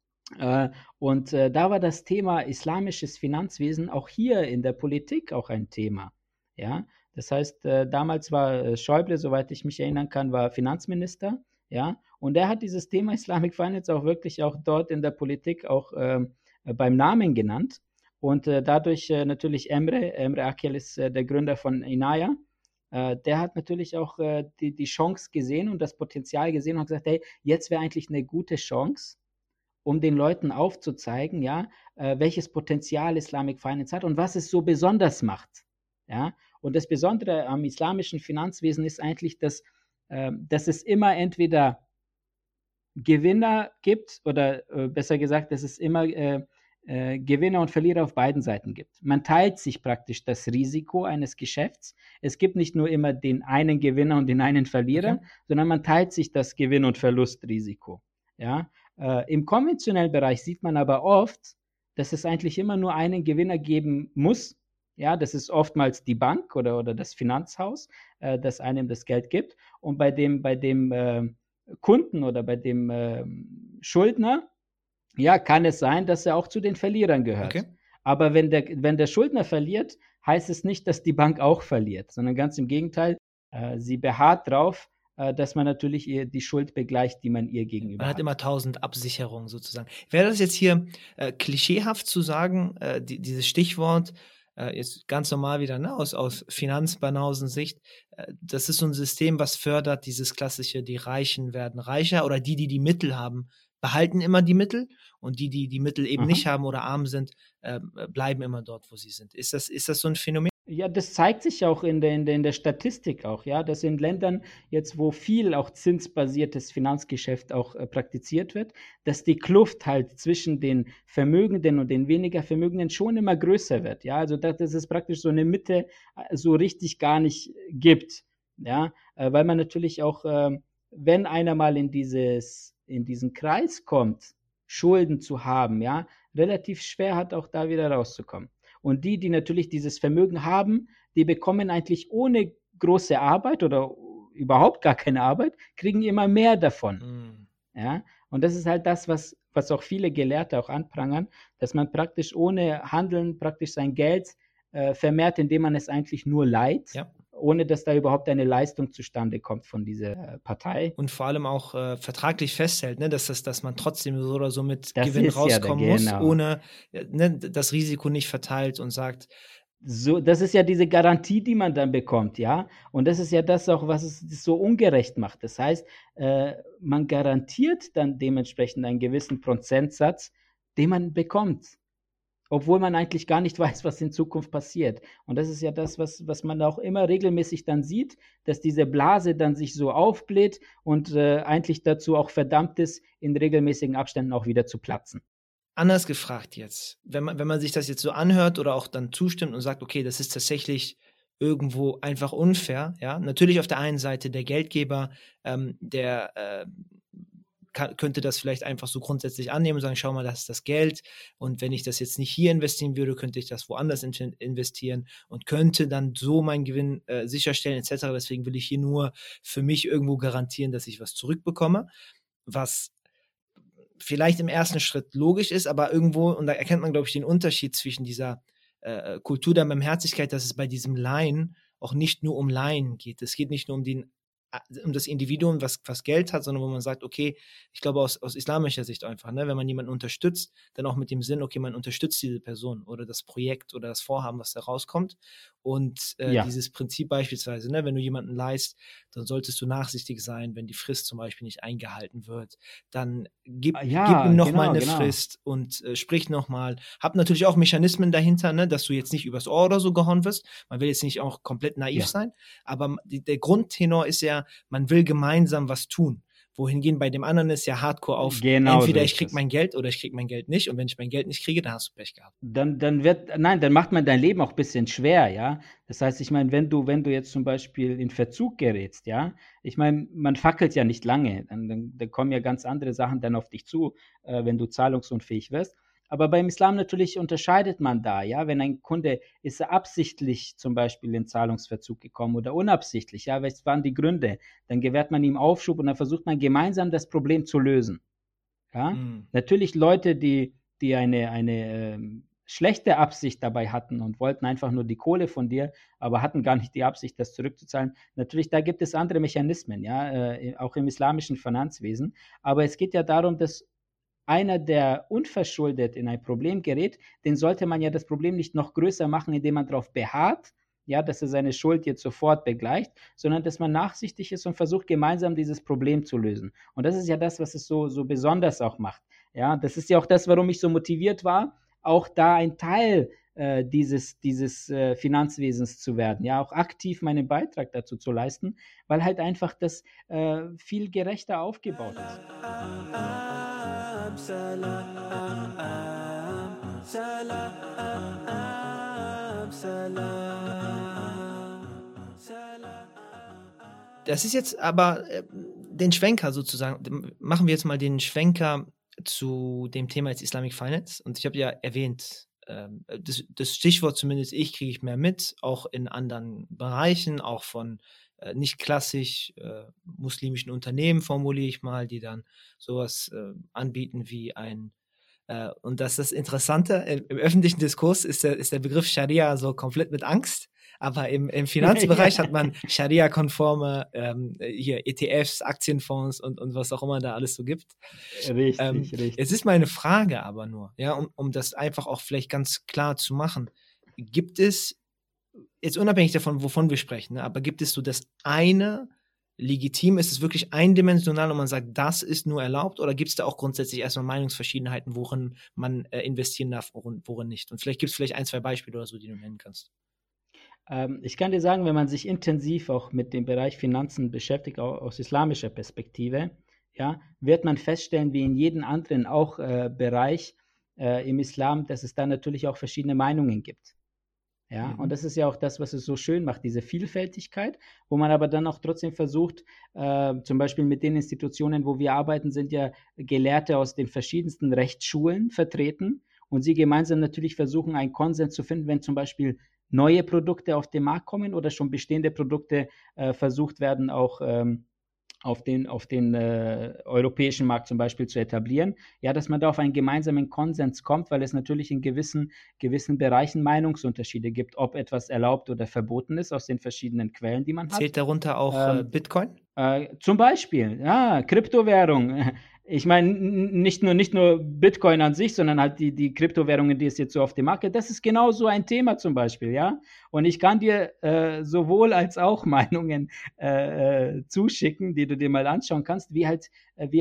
Und da war das Thema islamisches Finanzwesen auch hier in der Politik auch ein Thema. Ja, das heißt, damals war Schäuble, soweit ich mich erinnern kann, war Finanzminister. Ja, und er hat dieses Thema Islamic Finance auch wirklich auch dort in der Politik auch beim Namen genannt. Und dadurch natürlich Emre Akel ist der Gründer von Inaya. Der hat natürlich auch die Chance gesehen und das Potenzial gesehen und gesagt, hey, jetzt wäre eigentlich eine gute Chance, um den Leuten aufzuzeigen, welches Potenzial Islamic Finance hat und was es so besonders macht. Ja? Und das Besondere am islamischen Finanzwesen ist eigentlich, dass es immer entweder Gewinner gibt oder besser gesagt, dass es immer Gewinner und Verlierer auf beiden Seiten gibt. Man teilt sich praktisch das Risiko eines Geschäfts. Es gibt nicht nur immer den einen Gewinner und den einen Verlierer, sondern man teilt sich das Gewinn- und Verlustrisiko. Ja? Im konventionellen Bereich sieht man aber oft, dass es eigentlich immer nur einen Gewinner geben muss. Ja, das ist oftmals die Bank oder das Finanzhaus, das einem das Geld gibt. Und bei dem Kunden oder bei dem Schuldner, kann es sein, dass er auch zu den Verlierern gehört. Okay. Aber wenn der Schuldner verliert, heißt es nicht, dass die Bank auch verliert, sondern ganz im Gegenteil, sie beharrt darauf, dass man natürlich die Schuld begleicht, die man ihr gegenüber hat. Man hat immer 1000 Absicherungen sozusagen. Wäre das jetzt hier klischeehaft zu sagen, dieses Stichwort, jetzt ganz normal wieder, ne, aus Finanzbanausen-Sicht, das ist so ein System, was fördert dieses klassische, die Reichen werden reicher oder die Mittel haben, behalten immer die Mittel und die die Mittel eben nicht haben oder arm sind, bleiben immer dort, wo sie sind. Ist das so ein Phänomen? Ja, das zeigt sich auch in der Statistik auch, ja, dass in Ländern jetzt, wo viel auch zinsbasiertes Finanzgeschäft auch praktiziert wird, dass die Kluft halt zwischen den Vermögenden und den weniger Vermögenden schon immer größer wird, ja, also dass es praktisch so eine Mitte so richtig gar nicht gibt, ja, weil man natürlich auch, wenn einer mal in diesen Kreis kommt, Schulden zu haben, ja, relativ schwer hat, auch da wieder rauszukommen. Und die natürlich dieses Vermögen haben, die bekommen eigentlich ohne große Arbeit oder überhaupt gar keine Arbeit, kriegen immer mehr davon. Ja? Und das ist halt das, was auch viele Gelehrte auch anprangern, dass man praktisch ohne Handeln praktisch sein Geld vermehrt, indem man es eigentlich nur leiht. Ja. Ohne dass da überhaupt eine Leistung zustande kommt von dieser Partei. Und vor allem auch vertraglich festhält, ne, dass man trotzdem so oder so mit Gewinn rauskommen muss, ohne das Risiko nicht verteilt und sagt. So, das ist ja diese Garantie, die man dann bekommt, ja. Und das ist ja das auch, was es so ungerecht macht. Das heißt, man garantiert dann dementsprechend einen gewissen Prozentsatz, den man bekommt, obwohl man eigentlich gar nicht weiß, was in Zukunft passiert. Und das ist ja das, was man auch immer regelmäßig dann sieht, dass diese Blase dann sich so aufbläht und eigentlich dazu auch verdammt ist, in regelmäßigen Abständen auch wieder zu platzen. Anders gefragt jetzt, wenn man sich das jetzt so anhört oder auch dann zustimmt und sagt, okay, das ist tatsächlich irgendwo einfach unfair, ja, natürlich auf der einen Seite der Geldgeber, könnte das vielleicht einfach so grundsätzlich annehmen und sagen, schau mal, das ist das Geld und wenn ich das jetzt nicht hier investieren würde, könnte ich das woanders investieren und könnte dann so meinen Gewinn sicherstellen etc. Deswegen will ich hier nur für mich irgendwo garantieren, dass ich was zurückbekomme, was vielleicht im ersten Schritt logisch ist, aber irgendwo, und da erkennt man, glaube ich, den Unterschied zwischen dieser Kultur der Barmherzigkeit, dass es bei diesem Leihen auch nicht nur um Leihen geht. Es geht nicht nur um das Individuum, was Geld hat, sondern wo man sagt, okay, ich glaube aus islamischer Sicht einfach, ne, wenn man jemanden unterstützt, dann auch mit dem Sinn, okay, man unterstützt diese Person oder das Projekt oder das Vorhaben, was da rauskommt und dieses Prinzip beispielsweise, ne, wenn du jemanden leihst, dann solltest du nachsichtig sein, wenn die Frist zum Beispiel nicht eingehalten wird, dann gib ihm nochmal eine Frist und sprich nochmal, hab natürlich auch Mechanismen dahinter, ne, dass du jetzt nicht übers Ohr oder so gehauen wirst, man will jetzt nicht auch komplett naiv sein, aber der Grundtenor ist ja, man will gemeinsam was tun. Wohingegen bei dem anderen ist ja Hardcore auf, entweder ich krieg mein Geld oder ich krieg mein Geld nicht und wenn ich mein Geld nicht kriege, dann hast du Pech gehabt. Dann macht man dein Leben auch ein bisschen schwer, ja. Das heißt, ich meine, wenn du jetzt zum Beispiel in Verzug gerätst, ja, ich meine, man fackelt ja nicht lange, dann kommen ja ganz andere Sachen dann auf dich zu, wenn du zahlungsunfähig wirst. Aber beim Islam natürlich unterscheidet man da, ja, wenn ein Kunde ist absichtlich zum Beispiel in Zahlungsverzug gekommen oder unabsichtlich, ja, was waren die Gründe? Dann gewährt man ihm Aufschub und dann versucht man gemeinsam das Problem zu lösen. Ja? Natürlich Leute, die eine schlechte Absicht dabei hatten und wollten einfach nur die Kohle von dir, aber hatten gar nicht die Absicht, das zurückzuzahlen. Natürlich, da gibt es andere Mechanismen, ja, auch im islamischen Finanzwesen. Aber es geht ja darum, dass einer, der unverschuldet in ein Problem gerät, den sollte man ja das Problem nicht noch größer machen, indem man darauf beharrt, ja, dass er seine Schuld jetzt sofort begleicht, sondern dass man nachsichtig ist und versucht, gemeinsam dieses Problem zu lösen. Und das ist ja das, was es so besonders auch macht. Ja, das ist ja auch das, warum ich so motiviert war, auch da ein Teil dieses Finanzwesens zu werden, ja, auch aktiv meinen Beitrag dazu zu leisten, weil halt einfach das viel gerechter aufgebaut ist. Das ist jetzt aber den Schwenker sozusagen, machen wir jetzt mal den Schwenker zu dem Thema jetzt Islamic Finance und ich habe ja erwähnt, das Stichwort zumindest kriege ich mehr mit, auch in anderen Bereichen, auch von nicht klassisch muslimischen Unternehmen, formuliere ich mal, die dann sowas anbieten wie und das ist das Interessante, im öffentlichen Diskurs ist der Begriff Scharia so komplett mit Angst, aber im Finanzbereich hat man Scharia-konforme hier ETFs, Aktienfonds und was auch immer da alles so gibt. Richtig. Jetzt ist meine Frage aber nur, ja, um das einfach auch vielleicht ganz klar zu machen, gibt es, jetzt unabhängig davon, wovon wir sprechen, ne, aber gibt es so das eine legitim? Ist es wirklich eindimensional und man sagt, das ist nur erlaubt? Oder gibt es da auch grundsätzlich erstmal Meinungsverschiedenheiten, worin man investieren darf und worin nicht? Und vielleicht gibt es ein, zwei Beispiele oder so, die du nennen kannst. Ich kann dir sagen, wenn man sich intensiv auch mit dem Bereich Finanzen beschäftigt, auch aus islamischer Perspektive, ja, wird man feststellen, wie in jedem anderen auch Bereich im Islam, dass es da natürlich auch verschiedene Meinungen gibt. Ja, und das ist ja auch das, was es so schön macht, diese Vielfältigkeit, wo man aber dann auch trotzdem versucht, zum Beispiel mit den Institutionen, wo wir arbeiten, sind ja Gelehrte aus den verschiedensten Rechtsschulen vertreten und sie gemeinsam natürlich versuchen, einen Konsens zu finden, wenn zum Beispiel neue Produkte auf den Markt kommen oder schon bestehende Produkte versucht werden, auch auf den europäischen Markt zum Beispiel zu etablieren, ja, dass man da auf einen gemeinsamen Konsens kommt, weil es natürlich in gewissen Bereichen Meinungsunterschiede gibt, ob etwas erlaubt oder verboten ist aus den verschiedenen Quellen, die man hat. Zählt darunter auch Bitcoin? Zum Beispiel, ja, Kryptowährung. Ich meine, nicht nur Bitcoin an sich, sondern halt die Kryptowährungen, die es jetzt so auf dem Markt gibt. Das ist genau so ein Thema zum Beispiel, ja. Und ich kann dir sowohl als auch Meinungen zuschicken, die du dir mal anschauen kannst, wie halt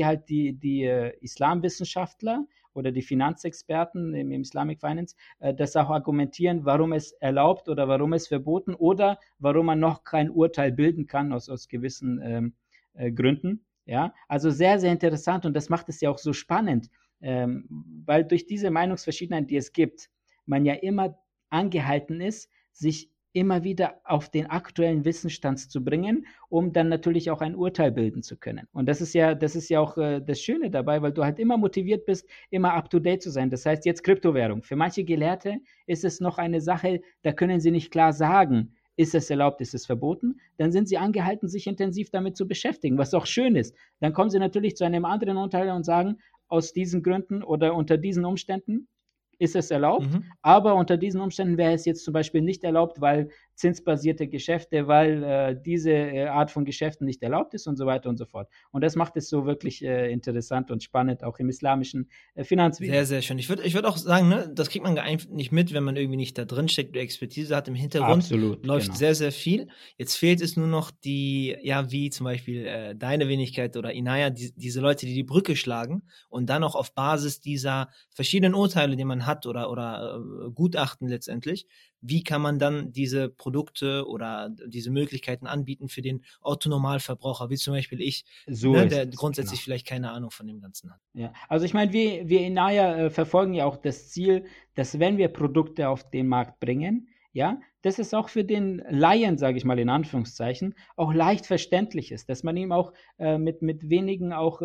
die Islamwissenschaftler oder die Finanzexperten im Islamic Finance das auch argumentieren, warum es erlaubt oder warum es verboten oder warum man noch kein Urteil bilden kann aus gewissen Gründen. Ja, also sehr, sehr interessant und das macht es ja auch so spannend, weil durch diese Meinungsverschiedenheit, die es gibt, man ja immer angehalten ist, sich immer wieder auf den aktuellen Wissensstand zu bringen, um dann natürlich auch ein Urteil bilden zu können. Und das ist ja auch das Schöne dabei, weil du halt immer motiviert bist, immer up-to-date zu sein. Das heißt jetzt Kryptowährung. Für manche Gelehrte ist es noch eine Sache, da können sie nicht klar sagen, ist es erlaubt, ist es verboten, dann sind sie angehalten, sich intensiv damit zu beschäftigen, was auch schön ist. Dann kommen sie natürlich zu einem anderen Urteil und sagen, aus diesen Gründen oder unter diesen Umständen ist es erlaubt, aber unter diesen Umständen wäre es jetzt zum Beispiel nicht erlaubt, weil zinsbasierte Geschäfte, weil diese Art von Geschäften nicht erlaubt ist und so weiter und so fort. Und das macht es so wirklich interessant und spannend, auch im islamischen Finanzwesen. Sehr, sehr schön. Ich würd auch sagen, ne, das kriegt man einfach nicht mit, wenn man irgendwie nicht da drin steckt oder Expertise hat. Im Hintergrund Absolut, läuft sehr, sehr viel. Jetzt fehlt es nur noch wie zum Beispiel deine Wenigkeit oder Inaya, diese Leute, die Brücke schlagen und dann auch auf Basis dieser verschiedenen Urteile, die man hat oder Gutachten letztendlich, wie kann man dann diese Produkte oder diese Möglichkeiten anbieten für den Otto-Normalverbraucher, wie zum Beispiel ich, der grundsätzlich vielleicht keine Ahnung von dem Ganzen hat. Ja, also ich meine, wir Inaya verfolgen ja auch das Ziel, dass wenn wir Produkte auf den Markt bringen, ja, dass es auch für den Laien, sage ich mal in Anführungszeichen, auch leicht verständlich ist, dass man ihm auch mit wenigen auch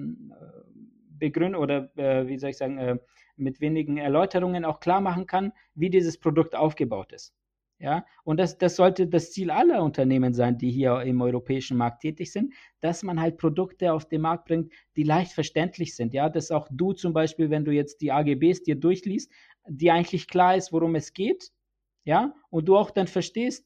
begründen oder wie soll ich sagen, mit wenigen Erläuterungen auch klar machen kann, wie dieses Produkt aufgebaut ist. Ja, und das sollte das Ziel aller Unternehmen sein, die hier im europäischen Markt tätig sind, dass man halt Produkte auf den Markt bringt, die leicht verständlich sind. Ja, dass auch du zum Beispiel, wenn du jetzt die AGBs dir durchliest, dir eigentlich klar ist, worum es geht. Ja, und du auch dann verstehst,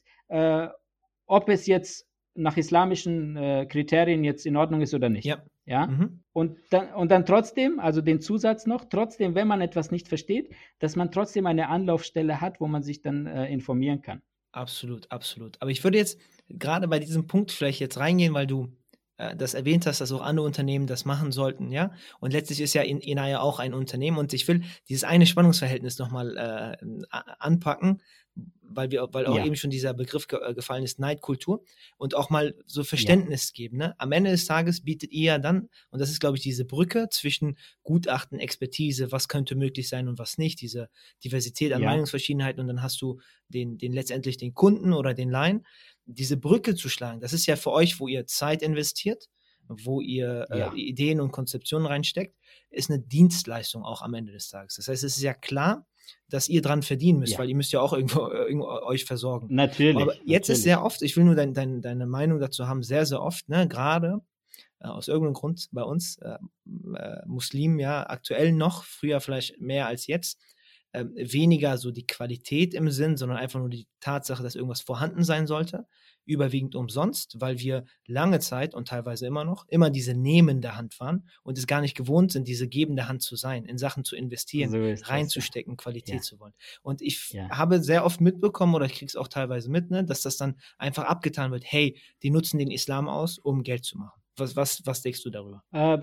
ob es jetzt nach islamischen Kriterien jetzt in Ordnung ist oder nicht. Ja. Ja? Und dann trotzdem, also den Zusatz noch, trotzdem, wenn man etwas nicht versteht, dass man trotzdem eine Anlaufstelle hat, wo man sich dann informieren kann. Absolut, absolut. Aber ich würde jetzt gerade bei diesem Punkt vielleicht jetzt reingehen, weil du das erwähnt hast, dass auch andere Unternehmen das machen sollten, ja. Und letztlich ist ja Inaya auch ein Unternehmen und ich will dieses eine Spannungsverhältnis nochmal anpacken, weil auch eben schon dieser Begriff gefallen ist, Neidkultur, und auch mal so Verständnis geben. Ne? Am Ende des Tages bietet ihr ja dann, und das ist, glaube ich, diese Brücke zwischen Gutachten, Expertise, was könnte möglich sein und was nicht, diese Diversität an Meinungsverschiedenheiten, und dann hast du letztendlich den Kunden oder den Laien, diese Brücke zu schlagen. Das ist ja für euch, wo ihr Zeit investiert, wo ihr Ideen und Konzeptionen reinsteckt, ist eine Dienstleistung auch am Ende des Tages. Das heißt, es ist ja klar, dass ihr dran verdienen müsst, weil ihr müsst ja auch irgendwo euch versorgen. Natürlich. Aber jetzt ist sehr oft, ich will nur deine Meinung dazu haben, sehr, sehr oft, ne, gerade aus irgendeinem Grund bei uns, Muslimen ja aktuell noch, früher vielleicht mehr als jetzt, weniger so die Qualität im Sinn, sondern einfach nur die Tatsache, dass irgendwas vorhanden sein sollte, überwiegend umsonst, weil wir lange Zeit und teilweise immer noch immer diese nehmende Hand waren und es gar nicht gewohnt sind, diese gebende Hand zu sein, in Sachen zu investieren, reinzustecken, Qualität zu wollen. Und ich habe sehr oft mitbekommen, oder ich kriege es auch teilweise mit, ne, dass das dann einfach abgetan wird, hey, die nutzen den Islam aus, um Geld zu machen. Was denkst du darüber?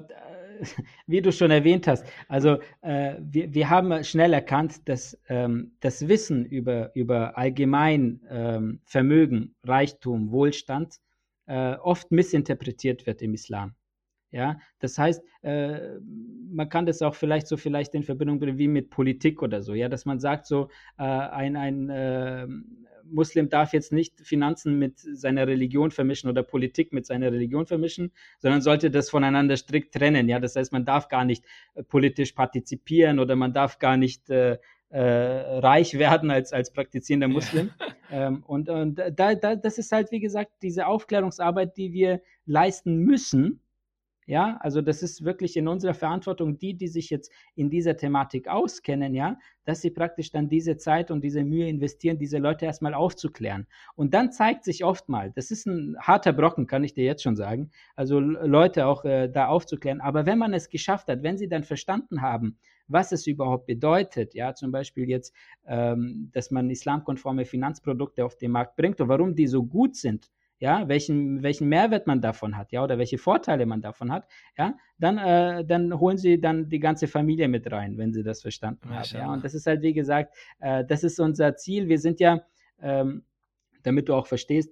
Wie du schon erwähnt hast, also wir haben schnell erkannt, dass das Wissen über allgemein Vermögen, Reichtum, Wohlstand oft missinterpretiert wird im Islam. Ja, das heißt, man kann das auch vielleicht in Verbindung bringen wie mit Politik oder so, ja, dass man sagt so, ein Muslim darf jetzt nicht Finanzen mit seiner Religion vermischen oder Politik mit seiner Religion vermischen, sondern sollte das voneinander strikt trennen, ja, das heißt, man darf gar nicht politisch partizipieren oder man darf gar nicht reich werden als praktizierender Muslim. Und das ist halt, wie gesagt, diese Aufklärungsarbeit, die wir leisten müssen. Ja, also das ist wirklich in unserer Verantwortung, die sich jetzt in dieser Thematik auskennen, ja, dass sie praktisch dann diese Zeit und diese Mühe investieren, diese Leute erstmal aufzuklären. Und dann zeigt sich oft mal, das ist ein harter Brocken, kann ich dir jetzt schon sagen, also Leute auch da aufzuklären. Aber wenn man es geschafft hat, wenn sie dann verstanden haben, was es überhaupt bedeutet, ja, zum Beispiel jetzt, dass man islamkonforme Finanzprodukte auf den Markt bringt und warum die so gut sind, ja, welchen Mehrwert man davon hat, ja, oder welche Vorteile man davon hat, ja, dann holen sie dann die ganze Familie mit rein, wenn sie das verstanden haben, ja, und das ist halt, wie gesagt, das ist unser Ziel. Wir sind ja, damit du auch verstehst,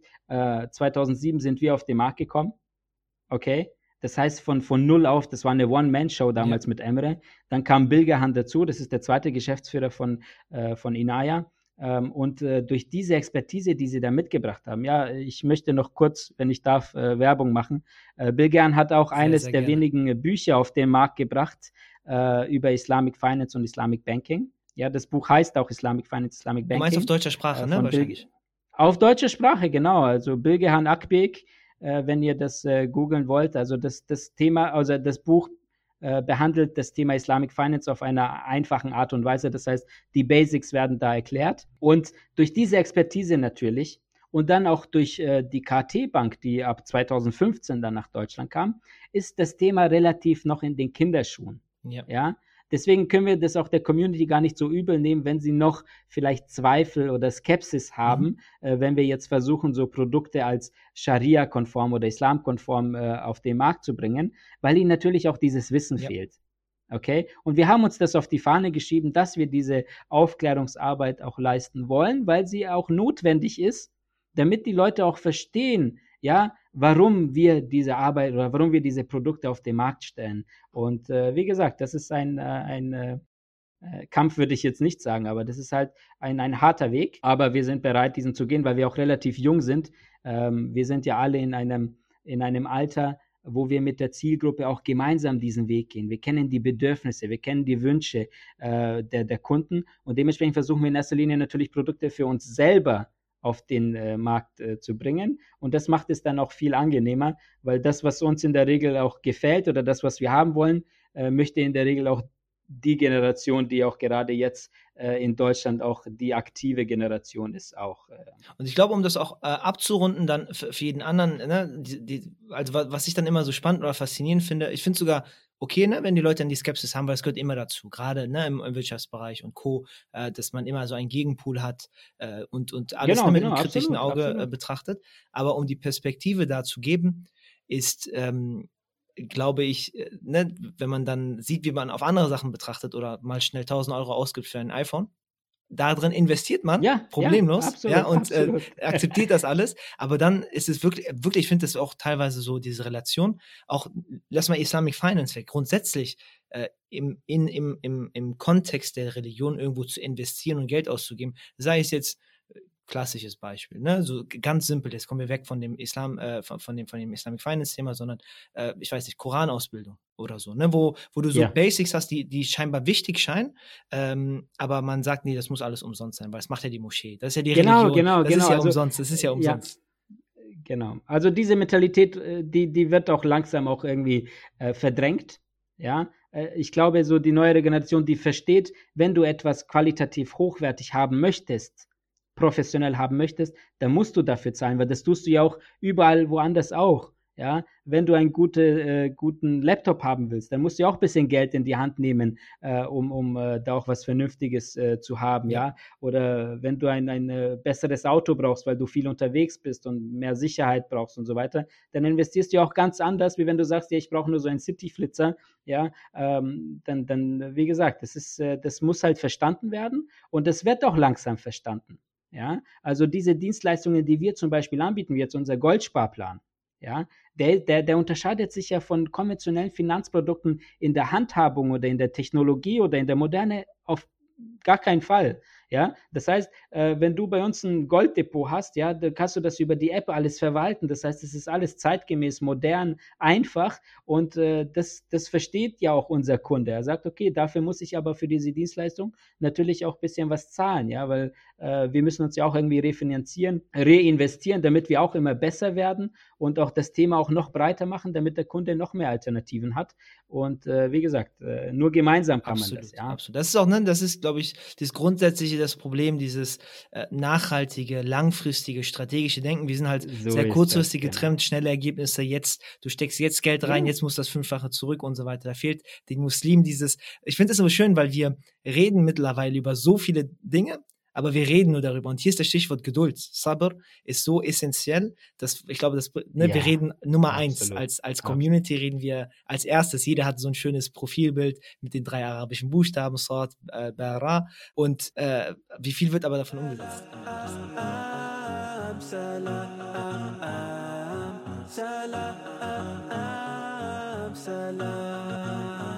2007 sind wir auf den Markt gekommen, okay, das heißt von null auf, das war eine One-Man-Show damals mit Emre, dann kam Bilgehan dazu, das ist der zweite Geschäftsführer von Inaya. Und durch diese Expertise, die sie da mitgebracht haben, ja, ich möchte noch kurz, wenn ich darf, Werbung machen. Bilgehan hat auch eines der wenigen Bücher auf den Markt gebracht über Islamic Finance und Islamic Banking. Ja, das Buch heißt auch Islamic Finance, Islamic Banking. Du meinst auf deutscher Sprache, ne? Wahrscheinlich. Auf deutscher Sprache, genau. Also Bilgehan Akbek, wenn ihr das googeln wollt. Also das Thema, also das Buch behandelt das Thema Islamic Finance auf einer einfachen Art und Weise. Das heißt, die Basics werden da erklärt. Und durch diese Expertise natürlich und dann auch durch die KT-Bank, die ab 2015 dann nach Deutschland kam, ist das Thema relativ noch in den Kinderschuhen. Ja? Deswegen können wir das auch der Community gar nicht so übel nehmen, wenn sie noch vielleicht Zweifel oder Skepsis haben, wenn wir jetzt versuchen, so Produkte als Scharia-konform oder Islam-konform auf den Markt zu bringen, weil ihnen natürlich auch dieses Wissen fehlt. Okay? Und wir haben uns das auf die Fahne geschrieben, dass wir diese Aufklärungsarbeit auch leisten wollen, weil sie auch notwendig ist, damit die Leute auch verstehen, ja, warum wir diese Arbeit oder warum wir diese Produkte auf den Markt stellen. Und wie gesagt, das ist ein Kampf, würde ich jetzt nicht sagen, aber das ist halt ein harter Weg. Aber wir sind bereit, diesen zu gehen, weil wir auch relativ jung sind. Wir sind ja alle in einem Alter, wo wir mit der Zielgruppe auch gemeinsam diesen Weg gehen. Wir kennen die Bedürfnisse, wir kennen die Wünsche der Kunden und dementsprechend versuchen wir in erster Linie natürlich Produkte für uns selber auf den Markt zu bringen. Und das macht es dann auch viel angenehmer, weil das, was uns in der Regel auch gefällt oder das, was wir haben wollen, möchte in der Regel auch die Generation, die auch gerade jetzt in Deutschland auch die aktive Generation ist auch. Und ich glaube, um das auch abzurunden, dann für jeden anderen, ne, also was ich dann immer so spannend oder faszinierend finde, ich finde sogar okay, ne, wenn die Leute dann die Skepsis haben, weil es gehört immer dazu, gerade ne, im Wirtschaftsbereich und Co., dass man immer so einen Gegenpool hat und alles mit einem kritischen Auge betrachtet. Aber um die Perspektive da zu geben, ist glaube ich, ne, wenn man dann sieht, wie man auf andere Sachen betrachtet oder mal schnell 1.000 Euro ausgibt für ein iPhone, da drin investiert man, problemlos, und akzeptiert das alles, aber dann ist es wirklich, ich finde das auch teilweise so, diese Relation, auch, lass mal Islamic Finance weg, grundsätzlich im Kontext der Religion irgendwo zu investieren und Geld auszugeben, sei es jetzt klassisches Beispiel, ne? So ganz simpel, jetzt kommen wir weg von dem Islam, von dem Islamic Finance Thema, sondern ich weiß nicht, Koranausbildung oder so, ne? Wo du so Basics hast, die scheinbar wichtig scheinen, aber man sagt, nee, das muss alles umsonst sein, weil es macht ja die Moschee, das ist ja die Religion, das ist ja umsonst, das ist ja umsonst. Genau, also diese Mentalität, die wird auch langsam auch irgendwie verdrängt, ja, ich glaube, so die neuere Generation, die versteht, wenn du etwas qualitativ hochwertig haben möchtest, professionell haben möchtest, dann musst du dafür zahlen, weil das tust du ja auch überall woanders auch. Ja, wenn du einen guten Laptop haben willst, dann musst du ja auch ein bisschen Geld in die Hand nehmen, um da auch was Vernünftiges zu haben, ja. Oder wenn du ein besseres Auto brauchst, weil du viel unterwegs bist und mehr Sicherheit brauchst und so weiter, dann investierst du ja auch ganz anders, wie wenn du sagst, ja, ich brauche nur so einen City-Flitzer, ja, dann, wie gesagt, das muss halt verstanden werden und das wird auch langsam verstanden. Ja, also diese Dienstleistungen, die wir zum Beispiel anbieten, wie jetzt unser Goldsparplan, ja, der unterscheidet sich ja von konventionellen Finanzprodukten in der Handhabung oder in der Technologie oder in der Moderne auf gar keinen Fall. Ja, das heißt, wenn du bei uns ein Golddepot hast, ja, dann kannst du das über die App alles verwalten. Das heißt, es ist alles zeitgemäß, modern, einfach und das versteht ja auch unser Kunde. Er sagt, okay, dafür muss ich aber für diese Dienstleistung natürlich auch ein bisschen was zahlen, ja, weil wir müssen uns ja auch irgendwie refinanzieren, reinvestieren, damit wir auch immer besser werden und auch das Thema auch noch breiter machen, damit der Kunde noch mehr Alternativen hat. Und wie gesagt, nur gemeinsam kann man das. Ja. Absolut. Das ist auch, ne, das ist, glaube ich, das grundsätzliche das Problem, dieses nachhaltige, langfristige, strategische Denken. Wir sind halt so sehr kurzfristig getrennt, schnelle Ergebnisse. Jetzt, du steckst jetzt Geld rein, jetzt muss das Fünffache zurück und so weiter. Da fehlt den Muslimen ich finde das aber schön, weil wir reden mittlerweile über so viele Dinge, aber wir reden nur darüber. Und hier ist das Stichwort Geduld. Sabr ist so essentiell, dass ich glaube, wir reden Nummer eins. Als Community reden wir als erstes. Jeder hat so ein schönes Profilbild mit den 3 arabischen Buchstaben, Sad, Bara. Und wie viel wird aber davon umgesetzt? Salam.